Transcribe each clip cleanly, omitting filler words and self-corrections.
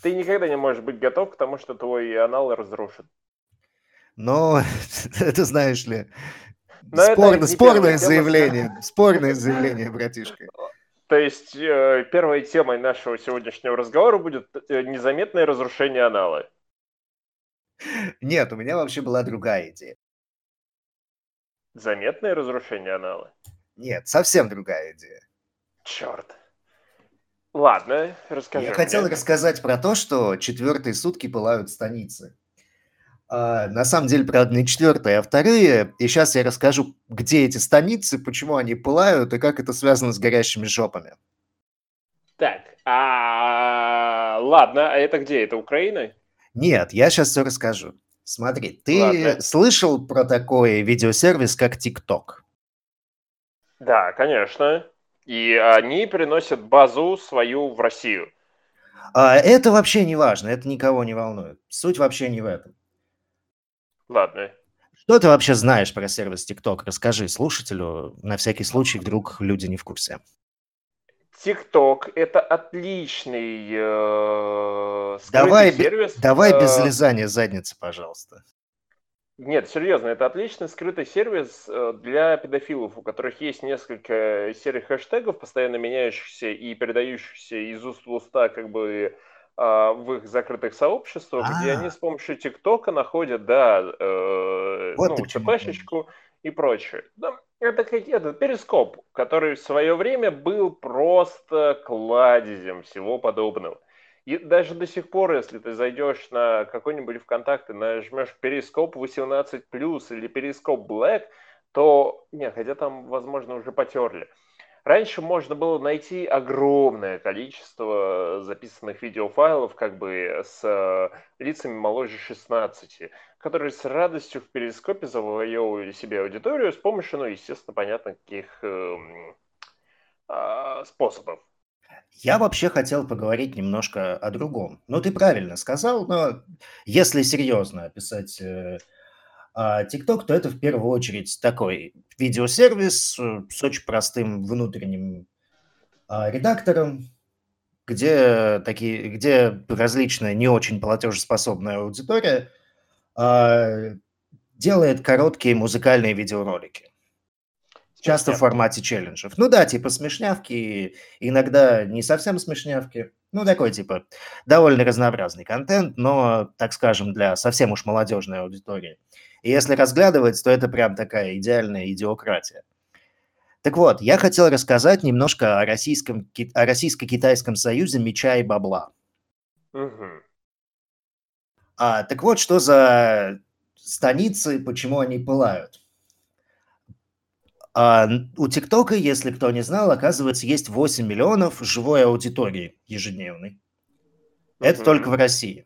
Ты никогда не можешь быть готов к тому, что твой анал разрушит. Но это, знаешь ли, Но это не первая тема. спорное заявление, братишка. То есть первой темой нашего сегодняшнего разговора будет незаметное разрушение анала. Нет, у меня вообще была другая идея. Заметное разрушение анала? Нет, совсем другая идея. Черт. Ладно, Я расскажи хотел мне. рассказать про то, что 4-е сутки пылают станицы. На самом деле, правда, не 4-е, а 2-е. И сейчас я расскажу, где эти станицы, почему они пылают и как это связано с горящими жопами. Так, ладно, а это где? Это Украина? Нет, я сейчас все расскажу. Смотри, ты Ладно. слышал про такой видеосервис, как TikTok? Да, конечно. И они приносят базу свою в Россию. Это вообще не важно, это никого не волнует. Суть вообще не в этом. Ладно. Что ты вообще знаешь про сервис TikTok? Расскажи слушателю, на всякий случай, вдруг люди не в курсе. TikTok — это отличный скрытый Давай, сервис. давай без лизания задницы, пожалуйста. Нет, серьезно, это отличный скрытый сервис для педофилов, у которых есть несколько серых хэштегов, постоянно меняющихся и передающихся из уст в уста как бы в их закрытых сообществах, где они А, с помощью ТикТока находят, да, вот ты к ну, чему клонишь. ЦПшечку и прочее. Да, это как этот перископ, который в свое время был просто кладезем всего подобного. И даже до сих пор, если ты зайдешь на какой-нибудь ВКонтакте, нажмешь Перископ 18+, или Перископ Black, то, не, хотя там, возможно, уже потерли. Раньше можно было найти огромное количество записанных видеофайлов как бы с лицами моложе 16, которые с радостью в Перископе завоевывали себе аудиторию с помощью, ну, естественно, понятно, каких способов. Я вообще хотел поговорить немножко о другом. Ну, ты правильно сказал, но если серьезно описать TikTok, то это в первую очередь такой видеосервис с очень простым внутренним редактором, где различная не очень платежеспособная аудитория а, делает короткие музыкальные видеоролики. Часто в Смешнявки. формате челленджев. Ну да, типа смешнявки, иногда не совсем смешнявки. Ну, такой, типа, довольно разнообразный контент, но, так скажем, для совсем уж молодежной аудитории. И если разглядывать, то это прям такая идеальная идиократия. Так вот, я хотел рассказать немножко о Российско-Китайском союзе меча и бабла. Мгм. Так вот, что за станицы, почему они пылают. У ТикТока, если кто не знал, оказывается, есть 8 миллионов живой аудитории ежедневной. Это только Мгм. в России.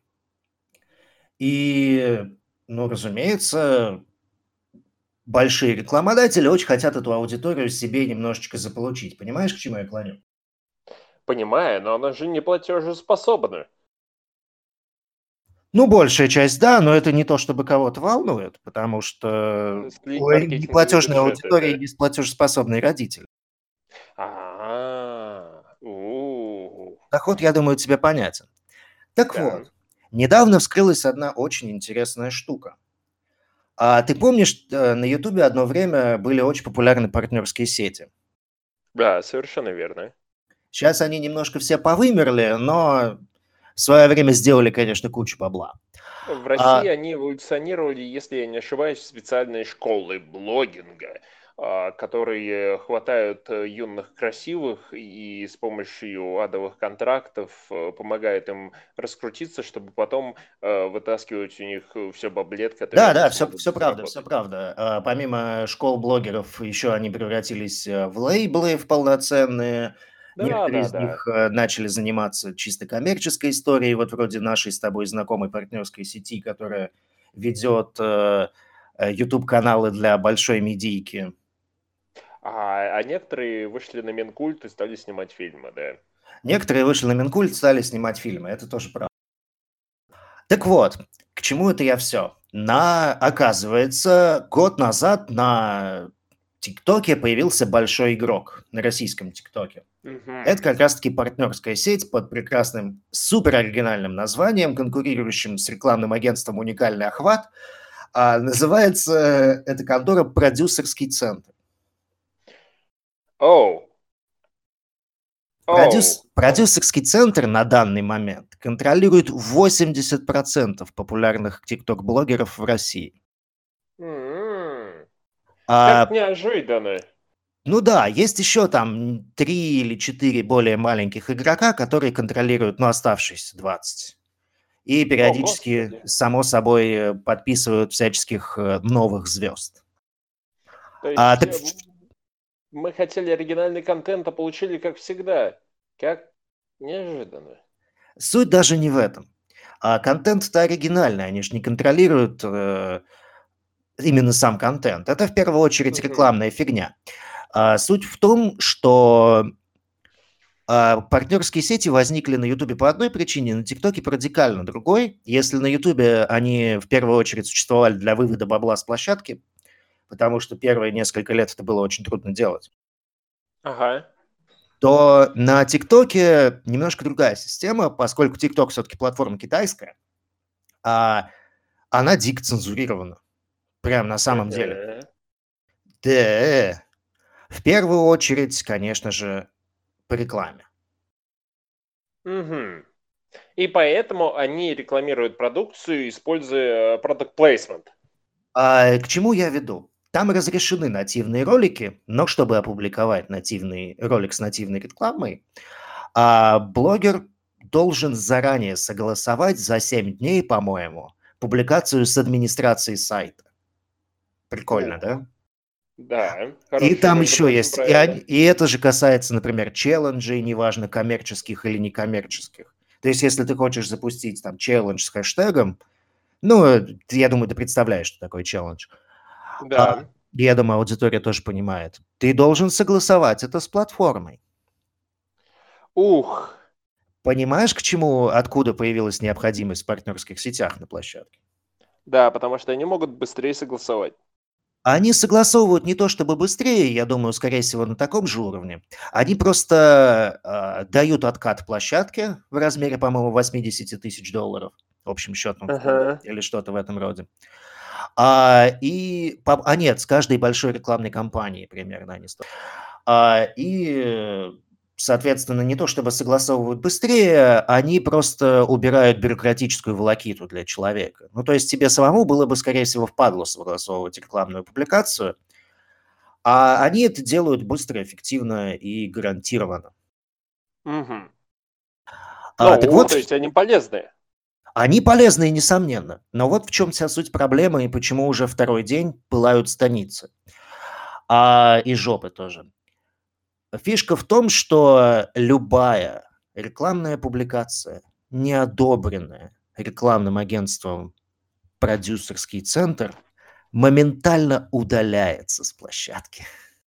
И, ну, разумеется, большие рекламодатели очень хотят эту аудиторию себе немножечко заполучить. Понимаешь, к чему я клоню? Понимаю, но она же не платежеспособна. Ну, большая часть, да, но это не то, чтобы кого-то волнует, потому что Слить у маркетинговые неплатежной бюджеты, аудитории да? есть платежеспособные родители. У. Доход, я думаю, тебе понятен. Так Да. вот, недавно вскрылась одна очень интересная штука. Ты помнишь, на "Ютубе" одно время были очень популярны партнерские сети? Да, совершенно верно. Сейчас они немножко все повымерли, но в свое время сделали, конечно, кучу бабла. В России А, они эволюционировали, если я не ошибаюсь, в специальные школы блогинга, которые хватают юных красивых и с помощью адовых контрактов помогают им раскрутиться, чтобы потом вытаскивать у них все баблет, который они да-да, все смогут всё правда, все заработать. правда. Помимо школ блогеров, еще они превратились, в лейблы, в полноценные. Да, Некоторые да, из да. них, начали заниматься чисто коммерческой историей, вот вроде нашей с тобой знакомой партнерской сети, которая ведет, YouTube-каналы для большой медийки. А некоторые вышли на Минкульт и стали снимать фильмы, да. Некоторые вышли на Минкульт, стали снимать фильмы. Это тоже правда. Так вот, к чему это я все? Оказывается, год назад на ТикТоке появился большой игрок, на российском ТикТоке. Это Мгм. как раз-таки партнерская сеть под прекрасным, супероригинальным названием, конкурирующим с рекламным агентством «Уникальный охват». Называется эта контора «Продюсерский центр». Оу, оу, оу. Продюсерский центр на данный момент контролирует 80% популярных тикток-блогеров в России. М. Как А, неожиданно. ну да, есть еще там 3 или 4 более маленьких игрока, которые контролируют, ну, оставшиеся 20. И О, периодически, господи. само собой, подписывают всяческих новых звезд. То А, есть так мы хотели оригинальный контент, а получили как всегда. Как неожиданно. суть даже не в этом. Контент-то оригинальный, они же не контролируют именно сам контент. Это в первую очередь Мгм. рекламная фигня. Суть в том, что партнерские сети возникли на Ютубе по одной причине, на ТикТоке по радикально другой. Если на Ютубе они в первую очередь существовали для вывода бабла с площадки, потому что первые несколько лет это было очень трудно делать, Ага. то на ТикТоке немножко другая система, поскольку ТикТок все-таки платформа китайская, а она дико цензурирована. Прям на самом деле. Мгм. Да. В первую очередь, конечно же, по рекламе. Мгм. И поэтому они рекламируют продукцию, используя product placement. К чему я веду? Там разрешены нативные ролики, но чтобы опубликовать нативный ролик с нативной рекламой, блогер должен заранее согласовать за 7 дней, по-моему, публикацию с администрацией сайта. Прикольно, Ух, да? да, И хорошее, там между еще прочим, есть, правило. и это же касается, например, челленджей, неважно, коммерческих или некоммерческих. То есть, если ты хочешь запустить там челлендж с хэштегом, ну, я думаю, ты представляешь, что такое челлендж. А, Да. я думаю, аудитория тоже понимает. Ты должен согласовать это с платформой. Ух, Понимаешь, к чему, откуда появилась необходимость в партнерских сетях на площадке? да, потому что они могут быстрее согласовать. Они согласовывают не то чтобы быстрее, я думаю, скорее всего, на таком же уровне. Они просто дают откат площадке в размере, по-моему, 80 тысяч долларов общим счетом в год Ага. или что-то в этом роде. Нет, с каждой большой рекламной кампании примерно они стоят. Соответственно, не то чтобы согласовывают быстрее, они просто убирают бюрократическую волокиту для человека. Ну, то есть тебе самому было бы, скорее всего, впадло согласовывать рекламную публикацию, а они это делают быстро, эффективно и гарантированно. Мгм. Так Ну, вот, то есть они полезные. они полезны, несомненно. Но вот в чем вся суть проблемы и почему уже второй день пылают станицы. И жопы тоже. Фишка в том, что любая рекламная публикация, не одобренная рекламным агентством "Продюсерский центр", моментально удаляется с площадки.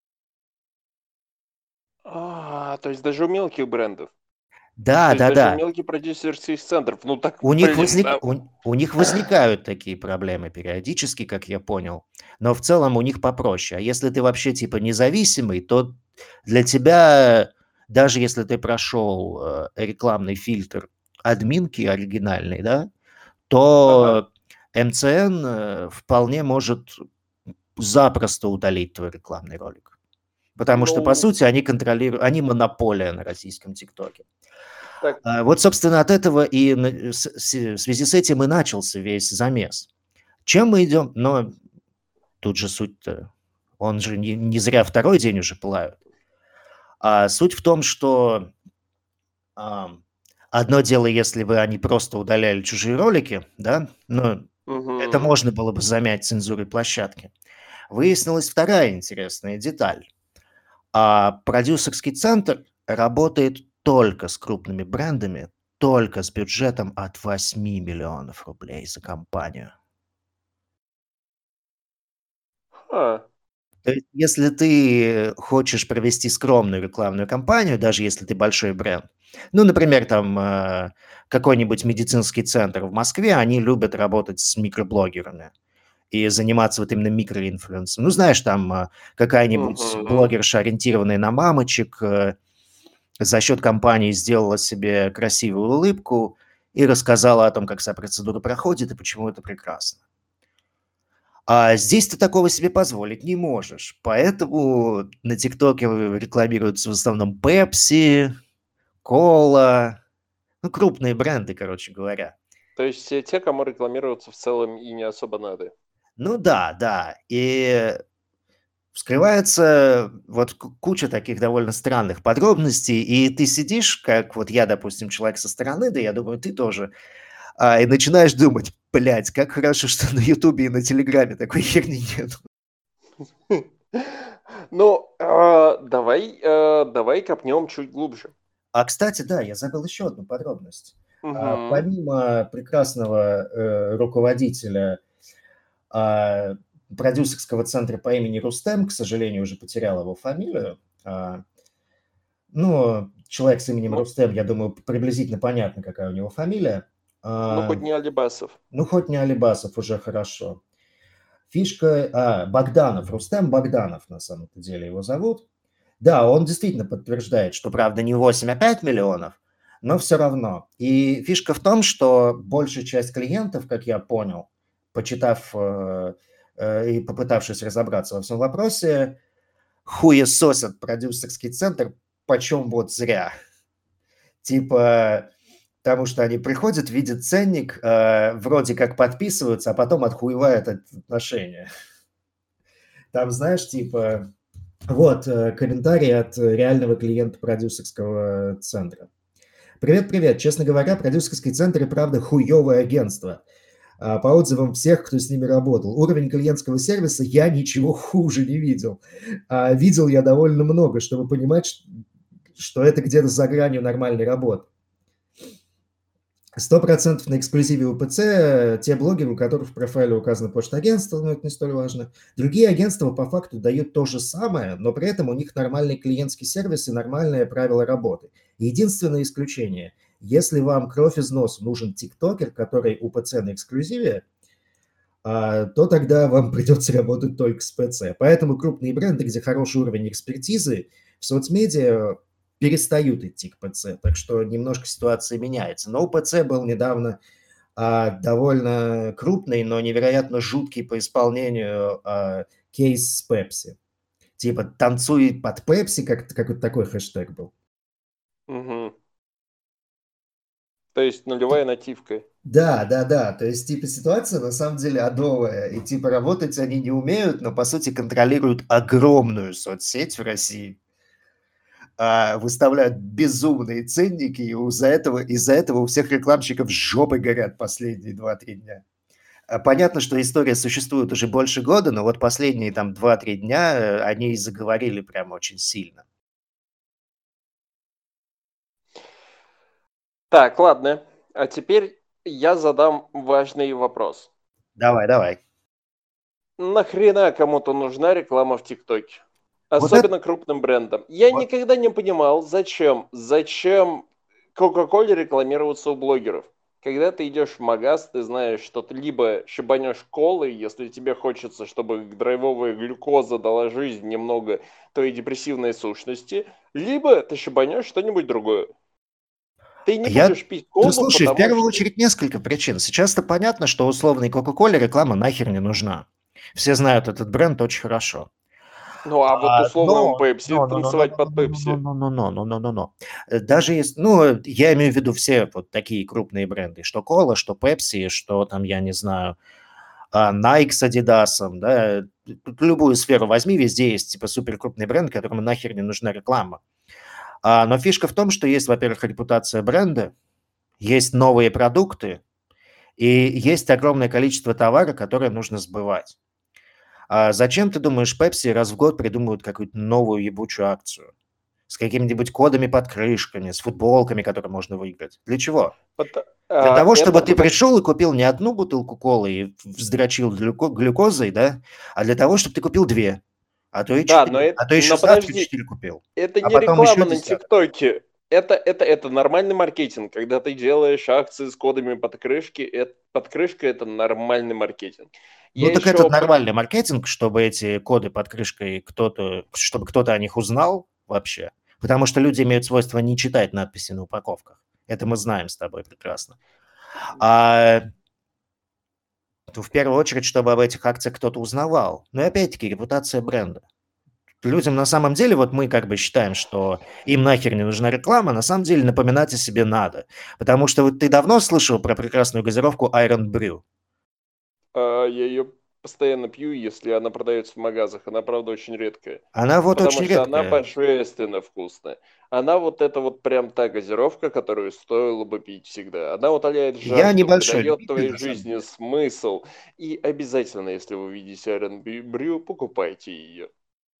То есть даже у мелких брендов. То есть даже у Да-да-да. мелких продюсерских центров. Ну так, У них блин, возник у них возникают такие проблемы периодически, как я понял, но в целом у них попроще. А если ты вообще типа независимый, то для тебя, даже если ты прошел, рекламный фильтр админки оригинальный, да, Ага. то МЦН, вполне может запросто удалить твой рекламный ролик. Потому что, по Ну, сути, они монополия на российском "Тиктоке". так. Вот, собственно, от этого и в связи с этим и начался весь замес. Чем мы идем? Но тут же суть-то, он же не зря второй день уже пылают. Суть в том, что, ам, одно дело, если бы они просто удаляли чужие ролики, да, ну, это Мгм. можно было бы замять цензурой площадки. Выяснилась вторая интересная деталь. Продюсерский центр работает только с крупными брендами, только с бюджетом от 8 миллионов рублей за кампанию. Ха. То есть, если ты хочешь провести скромную рекламную кампанию, даже если ты большой бренд, ну, например, там какой-нибудь медицинский центр в Москве, они любят работать с микроблогерами и заниматься вот именно микроинфлюенсом. Ну, знаешь, там какая-нибудь Мгм. блогерша, ориентированная на мамочек, за счет компании сделала себе красивую улыбку и рассказала о том, как вся процедура проходит и почему это прекрасно. А здесь ты такого себе позволить не можешь. Поэтому на ТикТоке рекламируются в основном Pepsi, Кола, ну, крупные бренды, короче говоря. То есть все те, кому рекламироваться в целом и не особо надо. Ну да, да. И вскрывается вот куча таких довольно странных подробностей, и ты сидишь, как вот я, допустим, человек со стороны, да я думаю, ты тоже, и начинаешь думать, блядь, как хорошо, что на Ютубе и на Телеграме такой херни нет. Ну, давай копнем чуть глубже. Кстати, да, я забыл еще одну подробность. Мгм. Помимо прекрасного руководителя а, продюсерского центра по имени Рустем, к сожалению, уже потерял его фамилию, ну, человек с именем Ну, Рустем, я думаю, приблизительно понятно, какая у него фамилия. ну, хоть не Алибасов. Ну, хоть не Алибасов, уже хорошо. Фишка... Богданов, Рустем Богданов, на самом-то деле его зовут. Да, он действительно подтверждает, что, правда, не 8, а 5 миллионов, но все равно. И фишка в том, что большая часть клиентов, как я понял, почитав и попытавшись разобраться во всем вопросе, хуесосят продюсерский центр почем вот зря. Типа, потому что они приходят, видят ценник, вроде как подписываются, а потом отхуевают отношения. Там, знаешь, типа, вот комментарий от реального клиента продюсерского центра. Привет-привет. Честно говоря, продюсерский центр и правда хуевое агентство. По отзывам всех, кто с ними работал. Уровень клиентского сервиса я ничего хуже не видел. Видел я довольно много, чтобы понимать, что это где-то за гранью нормальной работы. 100% на эксклюзиве УПЦ те блогеры, у которых в профайле указано почта агентства, но это не столь важно. Другие агентства по факту дают то же самое, но при этом у них нормальный клиентский сервис и нормальные правила работы. Единственное исключение. Если вам кровь из носа нужен тиктокер, который УПЦ на эксклюзиве, то тогда вам придется работать только с ПЦ. Поэтому крупные бренды, где хороший уровень экспертизы, в соцмедиа перестают идти к ПЦ. Так что немножко ситуация меняется. Но у ПЦ был недавно довольно крупный, но невероятно жуткий по исполнению кейс с Пепси. Типа «танцуй под Пепси», как такой хэштег был. Мгм. То есть нулевая нативка. Да, да, да. То есть, типа, ситуация на самом деле адовая. И, типа, работать они не умеют, но, по сути, контролируют огромную соцсеть в России. Выставляют безумные ценники, и из-за этого у всех рекламщиков жопы горят последние 2-3 дня. Понятно, что история существует уже больше года, но вот последние там 2-3 дня они заговорили прям очень сильно. Так, ладно. А теперь я задам важный вопрос. Давай, давай. Нахрена кому-то нужна реклама в ТикТоке? Вот это... Особенно крупным брендам. Я Вот, никогда не понимал, зачем Кока-Коле рекламироваться у блогеров. Когда ты идешь в магаз, ты знаешь, что ты либо щебанешь колой, если тебе хочется, чтобы драйвовая глюкоза дала жизнь немного твоей депрессивной сущности, либо ты щебанешь что-нибудь другое. Ты не я... будешь пить Ну, колу, слушай, в потому первую что... очередь несколько причин. Сейчас-то понятно, что условной Кока-Коле реклама нахер не нужна. Все знают этот бренд очень хорошо. Ну, а вот условному Но, Пепси но, но, но, но, танцевать но, под но, но, Пепси. но, но, но, но, но, но, но. Даже если, ну, я имею в виду все вот такие крупные бренды, что Кола, что Пепси, что там, я не знаю, Nike с Adidas, да, тут любую сферу возьми, везде есть типа супер крупный бренд, которому нахер не нужна реклама. Но фишка в том, что есть, во-первых, репутация бренда, есть новые продукты и есть огромное количество товара, которое нужно сбывать. Зачем, ты думаешь, Pepsi раз в год придумывают какую-то новую ебучую акцию? С какими-нибудь кодами под крышками, с футболками, которые можно выиграть. Для чего? Для того, Это чтобы ты потому... пришел и купил не одну бутылку колы и вздрочил глюкозой, да, а для того, чтобы ты купил 2, а то и Да, но, 4, а то еще но завтра подожди, 4 купил, это а не потом реклама еще на десяток. ТикТоке. Это нормальный маркетинг. Когда ты делаешь акции с кодами под крышки, под крышкой это нормальный маркетинг. Ну Я так этот еще... нормальный маркетинг, чтобы эти коды под крышкой чтобы кто-то о них узнал вообще. Потому что люди имеют свойство не читать надписи на упаковках. Это мы знаем с тобой прекрасно. А в первую очередь, чтобы об этих акциях кто-то узнавал. Но и опять-таки репутация бренда. Людям на самом деле, вот мы как бы считаем, что им нахер не нужна реклама, на самом деле напоминать о себе надо. Потому что вот ты давно слышал про прекрасную газировку Iron Brew? Я ее постоянно пью, если она продается в магазах. Она, правда, очень редкая. Она вот Потому очень что она редкая. божественно вкусная. Она вот это вот прям та газировка, которую стоило бы пить всегда. Она утоляет Я жажду, небольшой придает любитель, твоей на самом жизни деле. смысл. И обязательно, если вы видите Iron Brew, покупайте ее.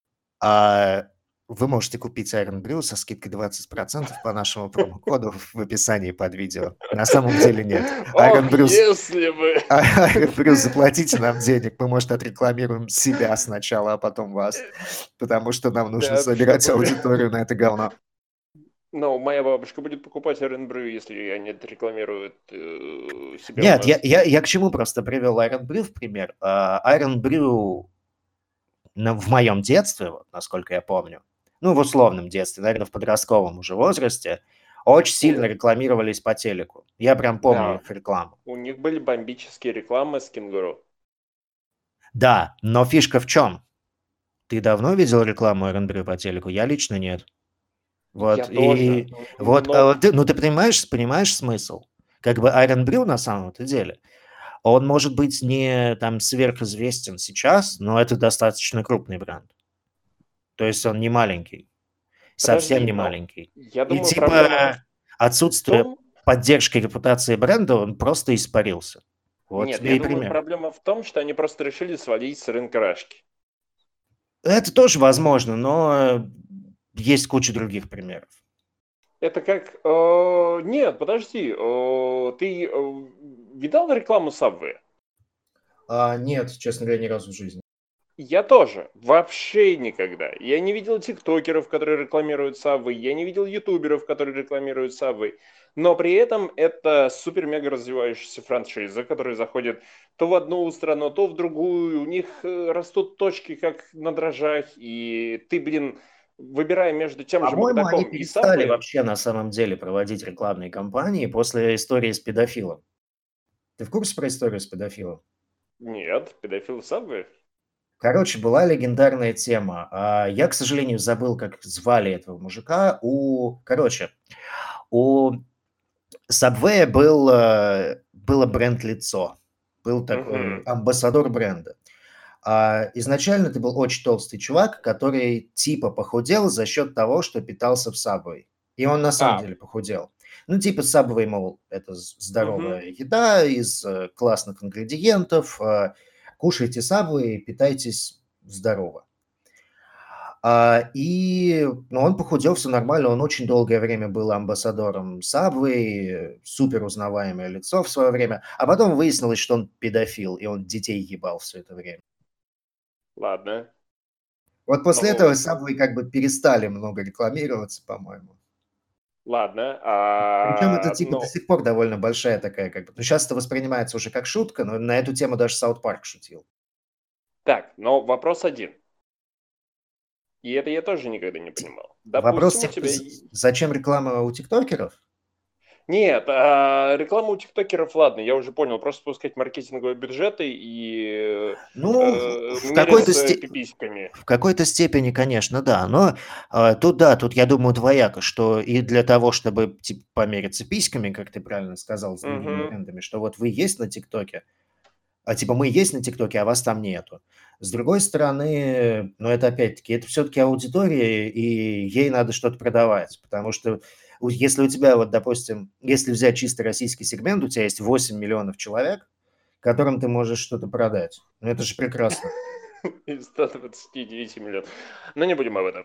А вы можете купить Iron Brew со скидкой 20% по нашему промокоду в описании под видео. На самом деле нет. Ох, если бы! Iron Brew, заплатите нам денег, мы, может, отрекламируем себя сначала, а потом вас, потому что нам нужно Да, собирать чтобы... аудиторию на это говно. Ну, моя бабушка будет покупать Iron Brew, если они отрекламируют себя у Нет, я, нас. я, я к чему просто привел Iron Brew в пример. Iron Brew в моем детстве, вот, насколько я помню, ну, в условном детстве, наверное, в подростковом уже возрасте, очень сильно О, рекламировались по телеку. Я прям помню да, их рекламу. у них были бомбические рекламы с кенгуру. Да, но фишка в чем? Ты давно видел рекламу Iron Brew по телеку? Я лично нет. Я Вот, тоже, и вот, но ну, ты понимаешь смысл? Как бы Iron Brew на самом-то деле, он может быть не там сверхизвестен сейчас, но это достаточно крупный бренд. То есть он не маленький, совсем подожди, не но маленький. я И думаю, проблема в типа отсутствие том, поддержки репутации бренда, он просто испарился. Вот нет, тебе я и думаю, пример. проблема в том, что они просто решили свалить с рынка рашки. Это тоже возможно, но есть куча других примеров. Это как... нет, подожди, ты видал рекламу Subway? Нет, честно говоря, ни разу в жизни. Я тоже. Вообще никогда. Я не видел тиктокеров, которые рекламируют Subway. Я не видел ютуберов, которые рекламируют Subway. Но при этом это супер-мега развивающаяся франшиза, которая заходит то в одну страну, то в другую. У них растут точки, как на дрожжах. И ты, блин, выбирая между тем же По-моему, они Макдаком и перестали Subway... вообще на самом деле проводить рекламные кампании после истории с педофилом. Ты в курсе про историю с педофилом? Нет, педофил Subway? Короче, была легендарная тема. Я, к сожалению, забыл, как звали этого мужика. Короче, у Subway было бренд-лицо. Был такой Угу. амбассадор бренда. Изначально это был очень толстый чувак, который типа похудел за счет того, что питался в Subway. И он на самом А, деле похудел. Ну, типа Subway, мол, это угу. здоровая еда из классных ингредиентов. Кушайте Subway, питайтесь здорово. Ну, он похудел, все нормально, он очень долгое время был амбассадором Subway, супер узнаваемое лицо в свое время, а потом выяснилось, что он педофил, и он детей ебал все это время. Ладно. Вот после этого Ну, Subway как бы перестали много рекламироваться, по-моему. ладно. Причем это типа до Ну, сих пор довольно большая такая как бы... Ну, сейчас это воспринимается уже как шутка, но на эту тему даже Саут Парк шутил. так, но вопрос один. И это я тоже никогда не понимал. Вопрос Допустим, у тех, тебя... зачем реклама у тиктокеров? Нет, реклама у тиктокеров, ладно, я уже понял. Просто пускать маркетинговые бюджеты и Ну, мериться пиписьками. в какой-то степени, конечно, да. Но тут я думаю, двояко, что и для того, чтобы типа, помериться письками, как ты правильно сказал, с другими Угу. брендами, что вот вы есть на ТикТоке, типа мы есть на ТикТоке, а вас там нету. С другой стороны, ну это опять-таки, это все-таки аудитория, и ей надо что-то продавать, потому что если у тебя, вот, допустим, если взять чисто российский сегмент, у тебя есть 8 миллионов человек, которым ты можешь что-то продать. Ну это же прекрасно. Из 129 миллионов. Но не будем об этом.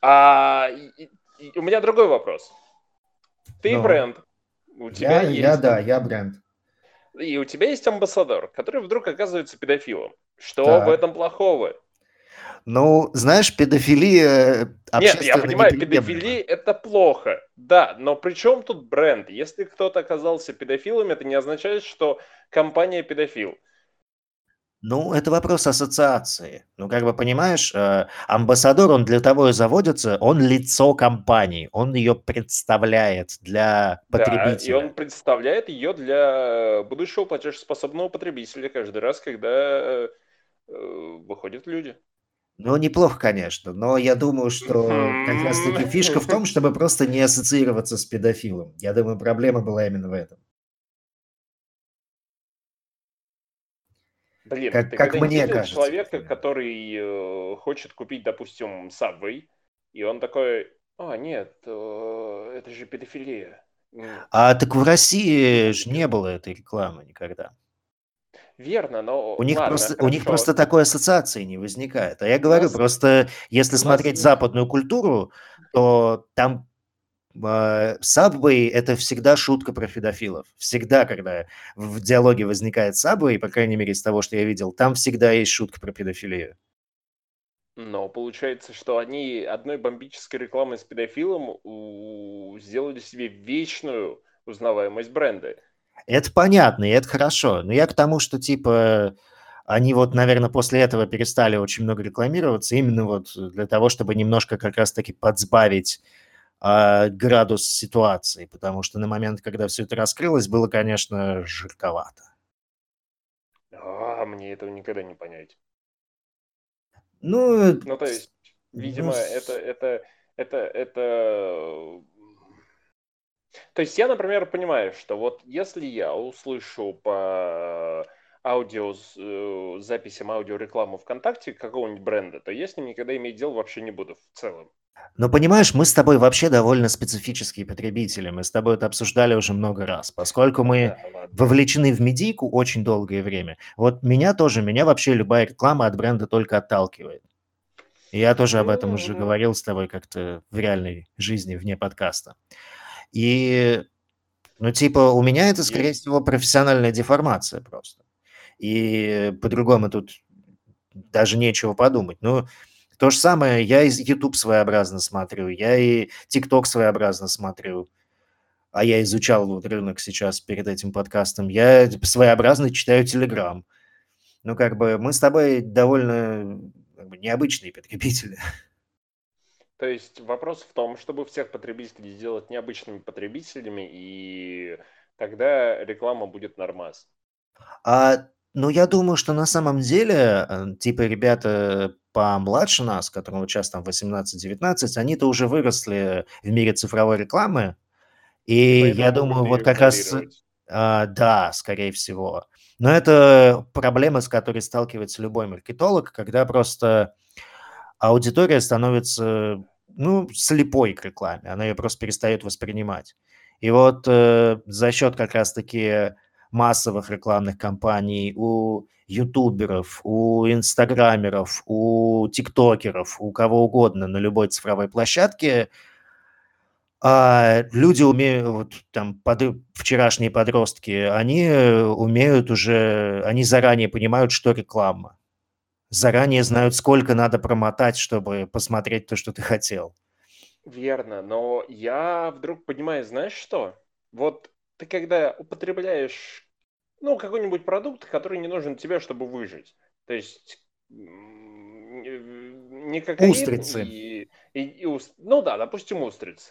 У меня другой вопрос. Ты Но бренд, у тебя есть я бренд. и у тебя есть амбассадор, который вдруг оказывается педофилом. Что в Так. этом плохого? Ну, знаешь, педофилия Нет, я общественно понимаю, неприемлема. педофилия это плохо. Да, но при чем тут бренд? Если кто-то оказался педофилом, это не означает, что компания педофил. Ну, это вопрос ассоциации. Ну, как бы понимаешь, амбассадор, он для того и заводится, он лицо компании, он ее представляет для Да, и он потребителя. представляет ее для будущего платежеспособного потребителя каждый раз, когда выходят люди. Ну, неплохо, конечно, но я думаю, что как Мгм. раз-таки фишка в том, чтобы просто не ассоциироваться с педофилом. Я думаю, проблема была именно в этом. Блин, Как, ты как когда-нибудь мне видел кажется, по человека, крайней мере. который хочет купить, допустим, Subway, и он такой, нет, это же педофилия. А так в Не России же купит. не было этой рекламы никогда. Верно, У но них ладно, просто, у них хорошо. просто такой ассоциации не возникает. А я У говорю, нас, просто если у нас, смотреть западную культуру, то там Subway — это всегда шутка про педофилов. Всегда, когда в диалоге возникает Subway, по крайней мере, из того, что я видел, там всегда есть шутка про педофилию. но получается, что они одной бомбической рекламой с педофилом сделали себе вечную узнаваемость бренда. Это понятно, и это хорошо. Но я к тому, что, типа, они вот, наверное, после этого перестали очень много рекламироваться именно вот для того, чтобы немножко как раз-таки подсбавить градус ситуации, потому что на момент, когда все это раскрылось, было, конечно, жарковато. Мне этого никогда не понять. Ну, Ну, то есть, ну, видимо, это... То есть я, например, понимаю, что вот если я услышу по записям аудиорекламу ВКонтакте какого-нибудь бренда, то я с ним никогда иметь дело вообще не буду в целом. но понимаешь, мы с тобой вообще довольно специфические потребители. Мы с тобой это обсуждали уже много раз. Поскольку мы Да, ладно. вовлечены в медийку очень долгое время, вот меня тоже, меня вообще любая реклама от бренда только отталкивает. И я тоже об этом уже Мгм. говорил с тобой как-то в реальной жизни, вне подкаста. И, ну, типа, у меня это, скорее Есть. всего, профессиональная деформация просто. И по-другому тут даже нечего подумать. Ну, то же самое, я и YouTube своеобразно смотрю, я и TikTok своеобразно смотрю, а я изучал вот рынок сейчас перед этим подкастом. Я своеобразно читаю Telegram. Ну, как бы мы с тобой довольно как бы, необычные потребители. То есть вопрос в том, чтобы всех потребителей сделать необычными потребителями, и тогда реклама будет нормас. Ну, я думаю, что на самом деле, типа, ребята помладше нас, которым вот щас там 18-19, они-то уже выросли в мире цифровой рекламы. И И я поэтому могут думаю, вот ее как раз, игнорировать. да, скорее всего. Но это проблема, с которой сталкивается любой маркетолог, когда просто аудитория становится, ну, слепой к рекламе, она ее просто перестает воспринимать. И вот за счет как раз-таки массовых рекламных кампаний у ютуберов, у инстаграмеров, у тиктокеров, у кого угодно на любой цифровой площадке люди умеют, вот там вчерашние подростки, они умеют уже, они заранее понимают, что реклама. Заранее знают, сколько надо промотать, чтобы посмотреть то, что ты хотел. Верно, но я вдруг понимаю, знаешь что? Вот ты когда употребляешь, ну, какой-нибудь продукт, который не нужен тебе, чтобы выжить. То есть не кокаин Устрицы. ну да, допустим, устриц.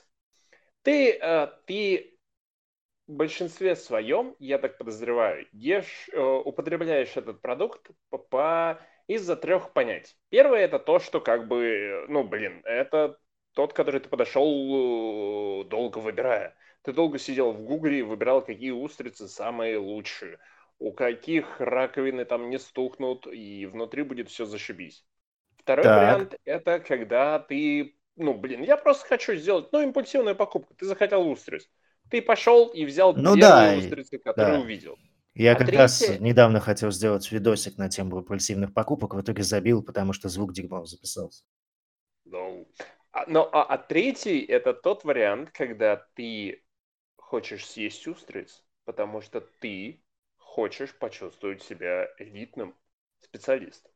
Ты в большинстве своем, я так подозреваю, употребляешь этот продукт из-за трех понятий. Первое это то, что как бы, ну, блин, это тот, который ты подошел долго выбирая. Ты долго сидел в Гугле и выбирал, какие устрицы самые лучшие, у каких раковины там не стукнут, и внутри будет все зашибись. Второй Так. вариант это когда ты, ну, блин, я просто хочу сделать, ну, импульсивную покупку. Ты захотел устриц. Ты пошел и взял Ну первые да, устрицы, которые да. увидел. Я А как раз третье, недавно хотел сделать видосик на тему импульсивных покупок, в итоге забил, потому что звук дерьмово записался. ну, а третий это тот вариант, когда ты хочешь съесть устриц, потому что ты хочешь почувствовать себя элитным специалистом.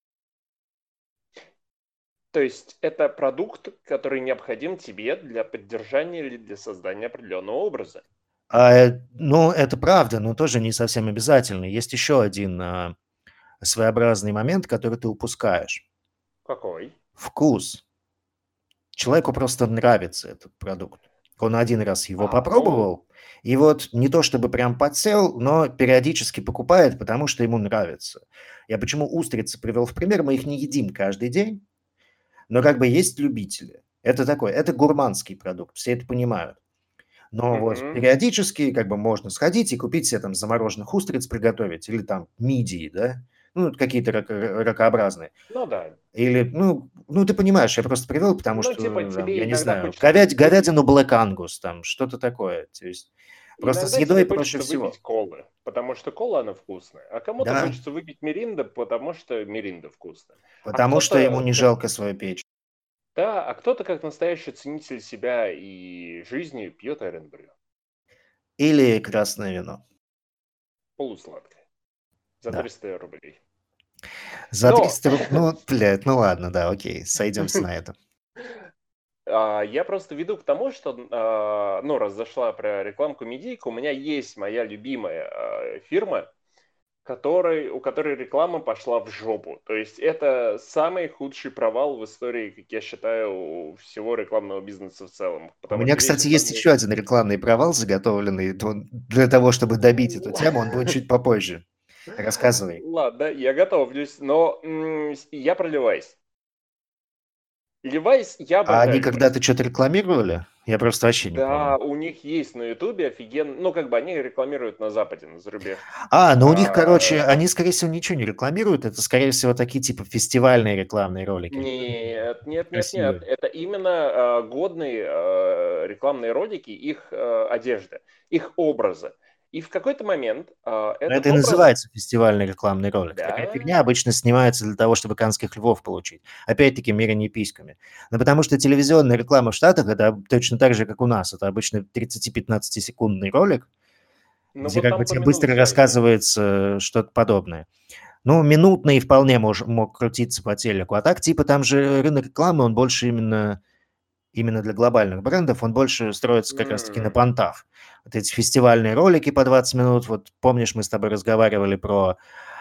То есть это продукт, который необходим тебе для поддержания или для создания определенного образа. Ну, это правда, но тоже не совсем обязательно. Есть еще один своеобразный момент, который ты упускаешь. Какой? Вкус. Человеку просто нравится этот продукт. Он один раз его Ну, попробовал, и вот не то чтобы прям подсел, но периодически покупает, потому что ему нравится. Я почему устрицы привел в пример, мы их не едим каждый день, но как бы есть любители. Это такой, это гурманский продукт, все это понимают. Но вот мгм. периодически как бы можно сходить и купить себе там замороженных устриц приготовить или там мидии, да, ну, вот какие-то ракообразные. Ну да. Или, ну, ты понимаешь, я просто привел, потому Ну, типа, что, там, я тебе не иногда знаю, хочется выпить. говядину Black Angus, там, что-то такое. То есть просто с Иногда тебе едой проще хочется всего. выпить колы, потому что кола, она вкусная. А кому-то Да, хочется выпить миринда, потому что миринда вкусная. А потому что ему кто-то, не как, жалко свою печь. да, а кто-то, как настоящий ценитель себя и жизни, пьет Эренбрю. Или красное вино. Полусладкое. За Да. 300 рублей. За Но 300 рублей. Ну, блядь, ну ладно, да, окей, сойдемся на этом. я просто веду к тому, что, ну, раз зашла про рекламку медийку, у меня есть моя любимая фирма, у которой реклама пошла в жопу. То есть это самый худший провал в истории, как я считаю, всего рекламного бизнеса в целом. У Потому меня, что весь кстати, есть рекламный... еще один рекламный провал заготовленный. Для того, чтобы добить эту тему, он будет чуть попозже. Рассказывай. Ладно, я готовлюсь, но я про Levi's. Levi's, я А они обожаю Levi's. когда-то что-то рекламировали? Я просто вообще не Да, помню. у них есть на Ютубе офигенно, ну, как бы они рекламируют на Западе, на зарубеж. Ну у них, короче, А, они, скорее всего, ничего не рекламируют. Это, скорее всего, такие типа фестивальные рекламные ролики. Нет, нет, нет, нет. Красивые. Это именно годные рекламные ролики их одежды, их образа. И в какой-то момент Но это этот и образ, называется фестивальный рекламный ролик. Такая фигня да, обычно снимается для того, чтобы канских львов получить. Опять-таки, мерение письками. Но потому что телевизионная реклама в Штатах– это точно так же, как у нас. Это обычно 30-15-секундный ролик, ну где вот как бы там по тебе минуте быстро каждый. рассказывается что-то подобное. Ну, минутный вполне мог крутиться по телеку. А так, типа, там же рынок рекламы, он больше именно для глобальных брендов, он больше строится как раз-таки на М. понтах. Вот эти фестивальные ролики по 20 минут. Вот помнишь, мы с тобой разговаривали про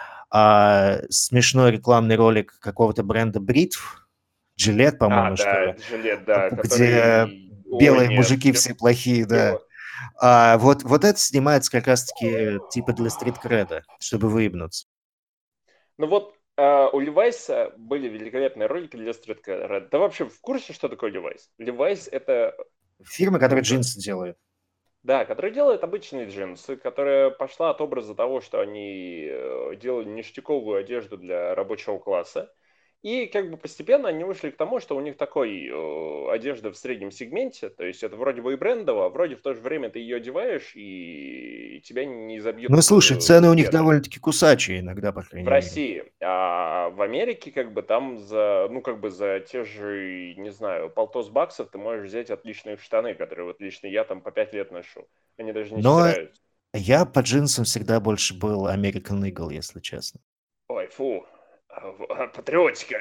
смешной рекламный ролик какого-то бренда бритв, Gillette, по-моему, что Да, ли, это жилет, да, где который, ой, белые нет, мужики все плохие, да. его. Вот это снимается как раз-таки типа для стрит-креда, чтобы выебнуться. Ну вот у Levi's были великолепные ролики для стрит-кэра. Ты вообще в курсе, что такое Levi's? Levi's это Фирма, которая джинсы делает. да, который делает обычные джинсы, которая пошла от образа того, что они делали ништяковую одежду для рабочего класса. И как бы постепенно они вышли к тому, что у них такой одежда в среднем сегменте, то есть это вроде бы и брендово, а вроде в то же время ты ее одеваешь, и тебя не забьют Ну, слушай, цены у них пеной довольно-таки кусачие иногда, по в крайней мере. России. А в Америке как бы там за, ну как бы за те же, не знаю, полтос баксов ты можешь взять отличные штаны, которые вот лично я там по 5 лет ношу. Они даже не Но стираются. я по джинсам всегда больше был American Eagle, если честно. Ой, фу. Патриотика.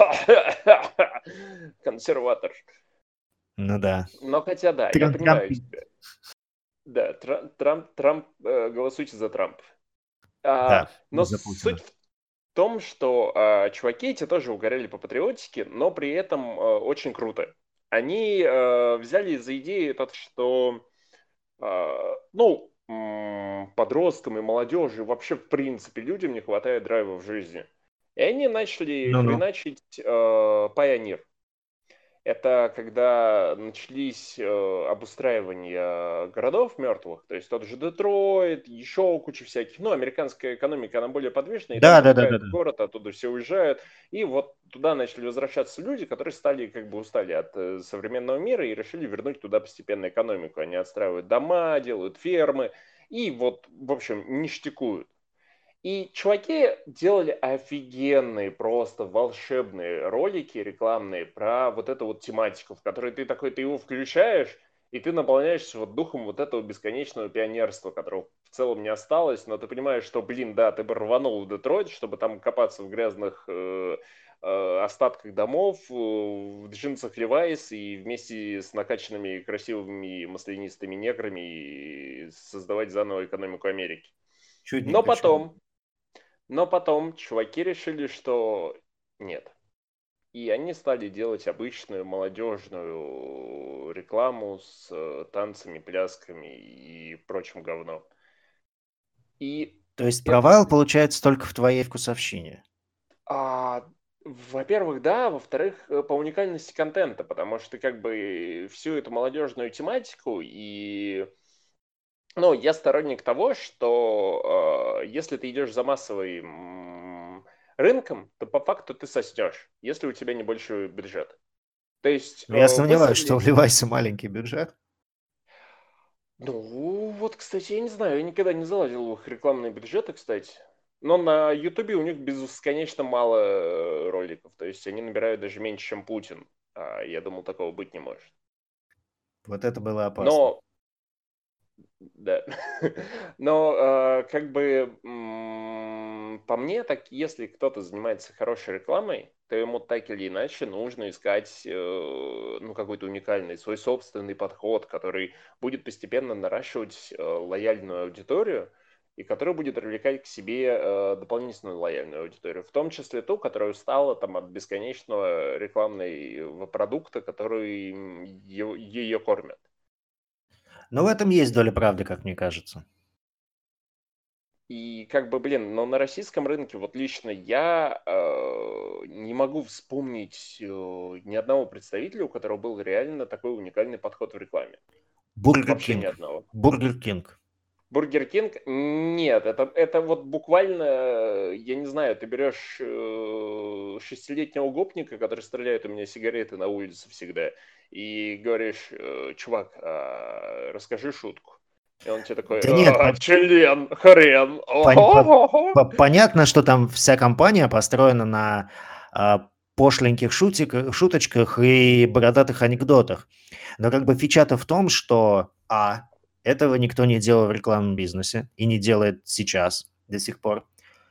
Консерватор. Ну да. Но хотя да, я Трамп. понимаю тебя. Да, Трамп, голосуйте за Трампа. Да, и Но за суть Путина. в том, что чуваки эти тоже угорели по патриотике, но при этом очень круто. Они взяли за идею тот, что ну, подросткам и молодежи, вообще, в принципе, людям не хватает драйва в жизни. И они начали Ну-ну. хреначить Pioneer. Это когда начались обустраивания городов мертвых, то есть тот же Детройт, еще куча всяких. Ну, американская экономика, она более подвижная, и там Да, да, да, да, возникает да. город, оттуда все уезжают. И вот туда начали возвращаться люди, которые стали, как бы устали от современного мира и решили вернуть туда постепенно экономику. Они отстраивают дома, делают фермы и вот, в общем, ништякуют. И чуваки делали офигенные, просто волшебные ролики рекламные про вот эту вот тематику, в которой ты такой, ты его включаешь, и ты наполняешься вот духом вот этого бесконечного пионерства, которого в целом не осталось, но ты понимаешь, что, блин, да, ты бы рванул в Детройт, чтобы там копаться в грязных остатках домов, в джинсах Levi's и вместе с накачанными красивыми маслянистыми неграми и создавать заново экономику Америки. Чудненько, Но чудненько. потом Но потом чуваки решили, что нет. И они стали делать обычную молодежную рекламу с танцами, плясками и прочим говном. И То есть это, провал получается только в твоей вкусовщине. во-первых, да, во-вторых, по уникальности контента, потому что как бы всю эту молодежную тематику и ну, я сторонник того, что если ты идешь за массовым рынком, то по факту ты соснешь, если у тебя небольшой бюджет. То есть Но я сомневаюсь, что у выстрелить... Левайса маленький бюджет. Ну, вот, кстати, я не знаю, я никогда не залазил в их рекламные бюджеты, кстати. Но на Ютубе у них бесконечно мало роликов. То есть они набирают даже меньше, чем Путин. А я думал, такого быть не может. Вот это было опасно. Но да. Но как бы по мне, так если кто-то занимается хорошей рекламой, то ему так или иначе нужно искать ну, какой-то уникальный свой собственный подход, который будет постепенно наращивать лояльную аудиторию и который будет привлекать к себе дополнительную лояльную аудиторию, в том числе ту, которая устала там, от бесконечного рекламного продукта, который ее кормят. Но в этом есть доля правды, как мне кажется. И как бы, блин, но на российском рынке вот лично я не могу вспомнить ни одного представителя, у которого был реально такой уникальный подход в рекламе. Бургер Вообще ни Кинг. одного. Бургер Кинг. Бургер Кинг? Нет, это вот буквально, я не знаю, ты берешь шестилетнего гопника, который стреляет у меня сигареты на улице всегда, и говоришь, чувак, расскажи шутку. И он тебе такой, Да нет, член, хрен, пон- по- ого-го». понятно, что там вся компания построена на пошленьких шуточках и бородатых анекдотах. Но как бы фича-то в том, что этого никто не делал в рекламном бизнесе и не делает сейчас до сих пор.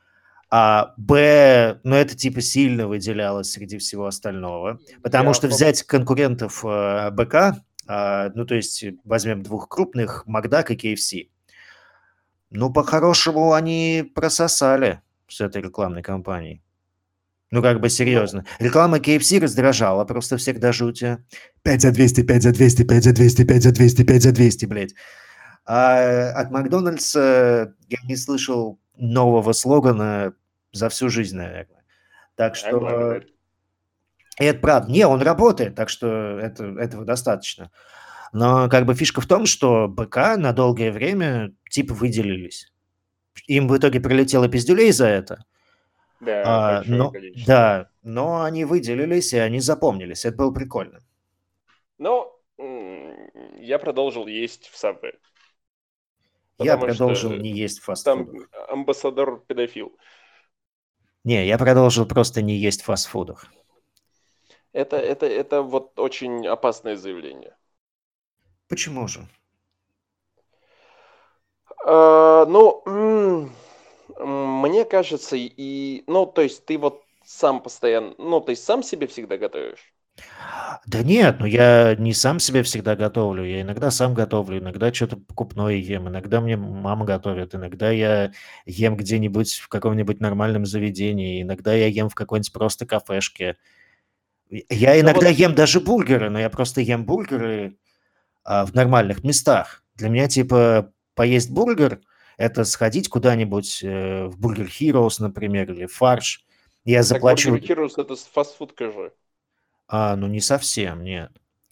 Ну это типа сильно выделялось среди всего остального. Потому Я что взять конкурентов БК, ну то есть возьмем двух крупных, Макдак и KFC, ну по-хорошему они прососали с этой рекламной кампанией. Ну, как бы ну, серьезно. Реклама KFC раздражала просто всех до жути. 5 за 200, 5 за 200, 5 за 200, 5 за 200, 5 за 200, блядь. А от Макдональдса я не слышал нового слогана за всю жизнь, наверное. Так I'm что Magnet. это правда. Не, он работает, так что этого достаточно. Но как бы фишка в том, что БК на долгое время типа выделились. Им в итоге прилетело пиздюлей за это. Да, большое Но количество. да, но они выделились, и они запомнились. Это было прикольно. Но я продолжил есть в Subway, Я потому продолжил что не есть в там фастфудах. амбассадор педофил. Не, я продолжил просто не есть в фастфудах. Это вот очень опасное заявление. Почему же? Ну, мне кажется, ну, то есть ты вот сам постоянно, ну, то есть сам себе всегда готовишь? Да нет, ну я не сам себе всегда готовлю. Я иногда сам готовлю, иногда что-то покупное ем, иногда мне мама готовит, иногда я ем где-нибудь в каком-нибудь нормальном заведении, иногда я ем в какой-нибудь просто кафешке. Я Ну иногда вот, ем даже бургеры, но я просто ем бургеры в нормальных местах. Для меня, типа, поесть бургер– это сходить куда-нибудь в Burger Heroes, например, или Фарш. Я так Burger заплачу. Heroes это фастфуд же. Ну, не совсем, нет.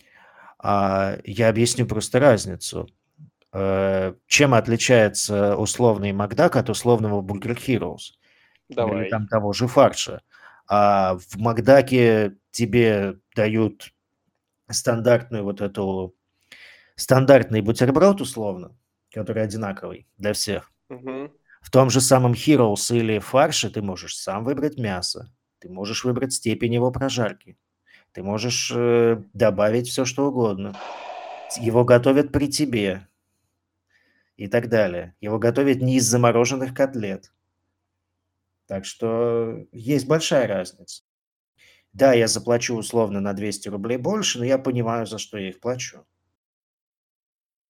Я объясню просто разницу. Чем отличается условный Макдак от условного Burger Heroes? Или Давай. там того же фарша? В Макдаке тебе дают стандартную вот эту стандартный бутерброд условно, который одинаковый для всех. Угу. В том же самом Heroes или фарше ты можешь сам выбрать мясо, ты можешь выбрать степень его прожарки, ты можешь добавить все, что угодно. Его готовят при тебе и так далее. Его готовят не из замороженных котлет. Так что есть большая разница. Да, я заплачу условно на 200 рублей больше, но я понимаю, за что я их плачу.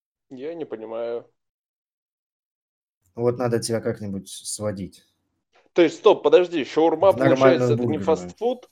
Я не понимаю. Вот надо тебя как-нибудь сводить. То есть, стоп, подожди, шаурма, в нормальную получается, это не бургерную. фастфуд?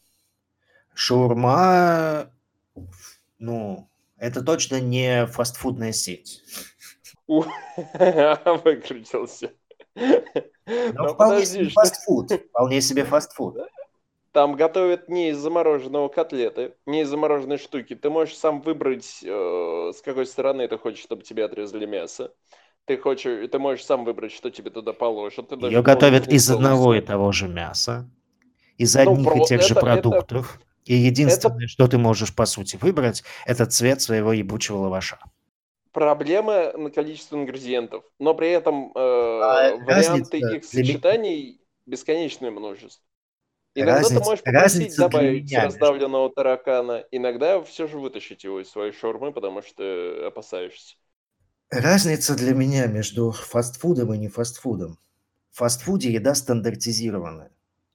Шаурма, ну, это точно не фастфудная сеть. У, выкрутился. Но Но вполне подожди, себе что фастфуд. Вполне себе фастфуд. там готовят не из замороженного котлеты, не из замороженной штуки. Ты можешь сам выбрать, с какой стороны ты хочешь, чтобы тебе отрезали мясо. Ты можешь сам выбрать, что тебе туда положат. Ты Ее даже готовят пользовался из одного и соусом. того же мяса, из Ну, одних и тех же это, продуктов. И это единственное, что ты можешь, по сути, выбрать, это цвет своего ебучего лаваша. проблема на количество ингредиентов. Но при этом варианты Разница их для, сочетаний бесконечное множество. Иногда ты разница, можешь попросить разница для добавить меня между раздавленного таракана, иногда все же вытащить его из своей шаурмы, потому что опасаешься. разница для меня между фастфудом и не фастфудом. В фастфуде еда стандартизированная.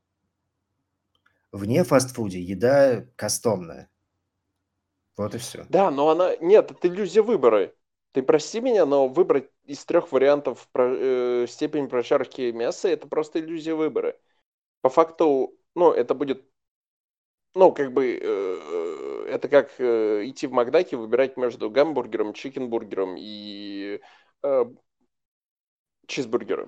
Вне фастфуде еда кастомная. Вот и все. Да, но она... Нет, это иллюзия выбора. Ты прости меня, но выбрать из трех вариантов степень прожарки мяса — это просто иллюзия выбора. По факту, ну, это будет... Ну, как бы, это как идти в Макдаке, выбирать между гамбургером, чикенбургером и э, чизбургером.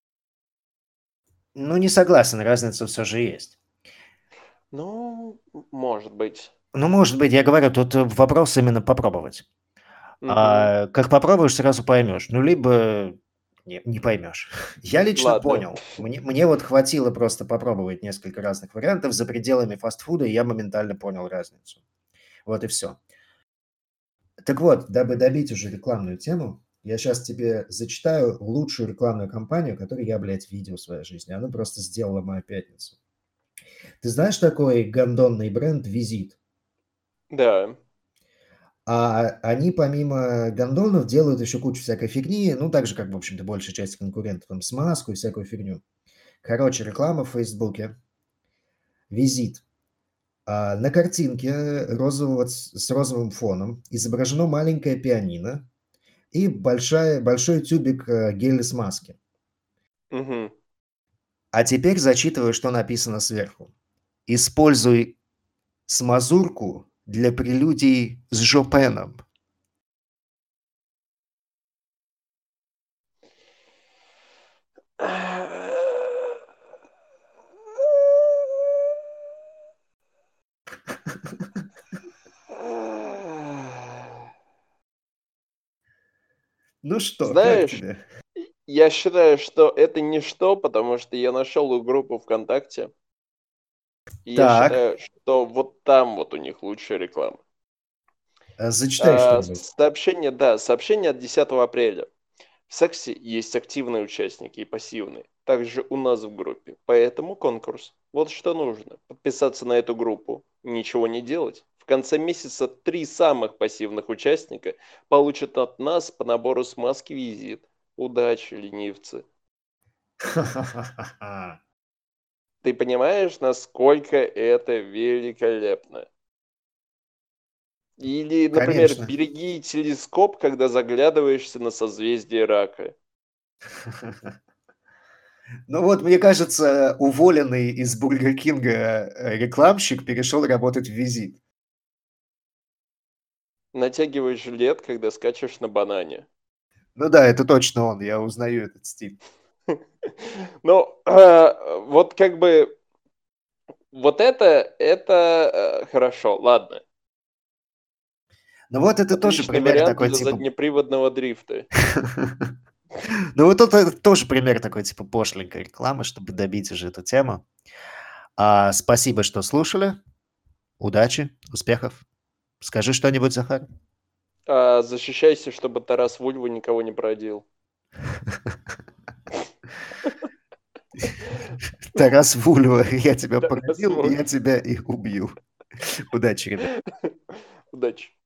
Ну, не согласен, разница все же есть. Ну, может быть. Ну, может быть, я говорю, тут вопрос именно попробовать. Мгм. А как попробуешь, сразу поймешь. Ну, либо не поймешь. Я лично Ладно. понял. Мне вот хватило просто попробовать несколько разных вариантов за пределами фастфуда, и я моментально понял разницу. Вот и все. Так вот, дабы добить уже рекламную тему, я сейчас тебе зачитаю лучшую рекламную кампанию, которую я, блядь, видел в своей жизни. Она просто сделала мою пятницу. Ты знаешь такой гондонный бренд «Визит»? Да. А они помимо гондонов делают еще кучу всякой фигни, ну, так же, как, в общем-то, большая часть конкурентов, там, смазку и всякую фигню. Короче, реклама в Фейсбуке. «Визит». На картинке с розовым фоном изображено маленькое пианино и большой тюбик геля-смазки. Мгм. А теперь зачитываю, что написано сверху. Используй смазурку для прелюдий с Шопеном. Ну что, как Знаешь, тебе? я считаю, что это ничто, потому что я нашел их группу ВКонтакте, и я Так, считаю, что вот там вот у них лучшая реклама. зачитай что-нибудь. Сообщение, да, сообщение от 10 апреля. В сексе есть активные участники и пассивные. Также у нас в группе. Поэтому конкурс. Вот что нужно. Подписаться на эту группу. Ничего не делать. В конце месяца 3 самых пассивных участника получат от нас по набору смазки визит. Удачи, ленивцы. Ты понимаешь, насколько это великолепно? Или, например, Конечно. береги телескоп, когда заглядываешься на созвездие рака. Ну вот, мне кажется, уволенный из Бургер Кинга рекламщик перешел работать в «Визит». Натягивай жилет, когда скачешь на банане. Ну да, это точно он, я узнаю этот стиль. Ну, вот как бы, вот это хорошо, ладно. Ну вот это тоже Отличный пример вариант такой, для типа... заднеприводного дрифта. Ну вот это тоже пример такой, типа, пошленькой рекламы, чтобы добить уже эту тему. Спасибо, что слушали. Удачи, успехов. Скажи что-нибудь, Захар. Защищайся, чтобы Тарас Вульва никого не продел. Тарас Вульва, я тебя Тарас породил, Вульва. я тебя и убью. Удачи, ребят. Удачи.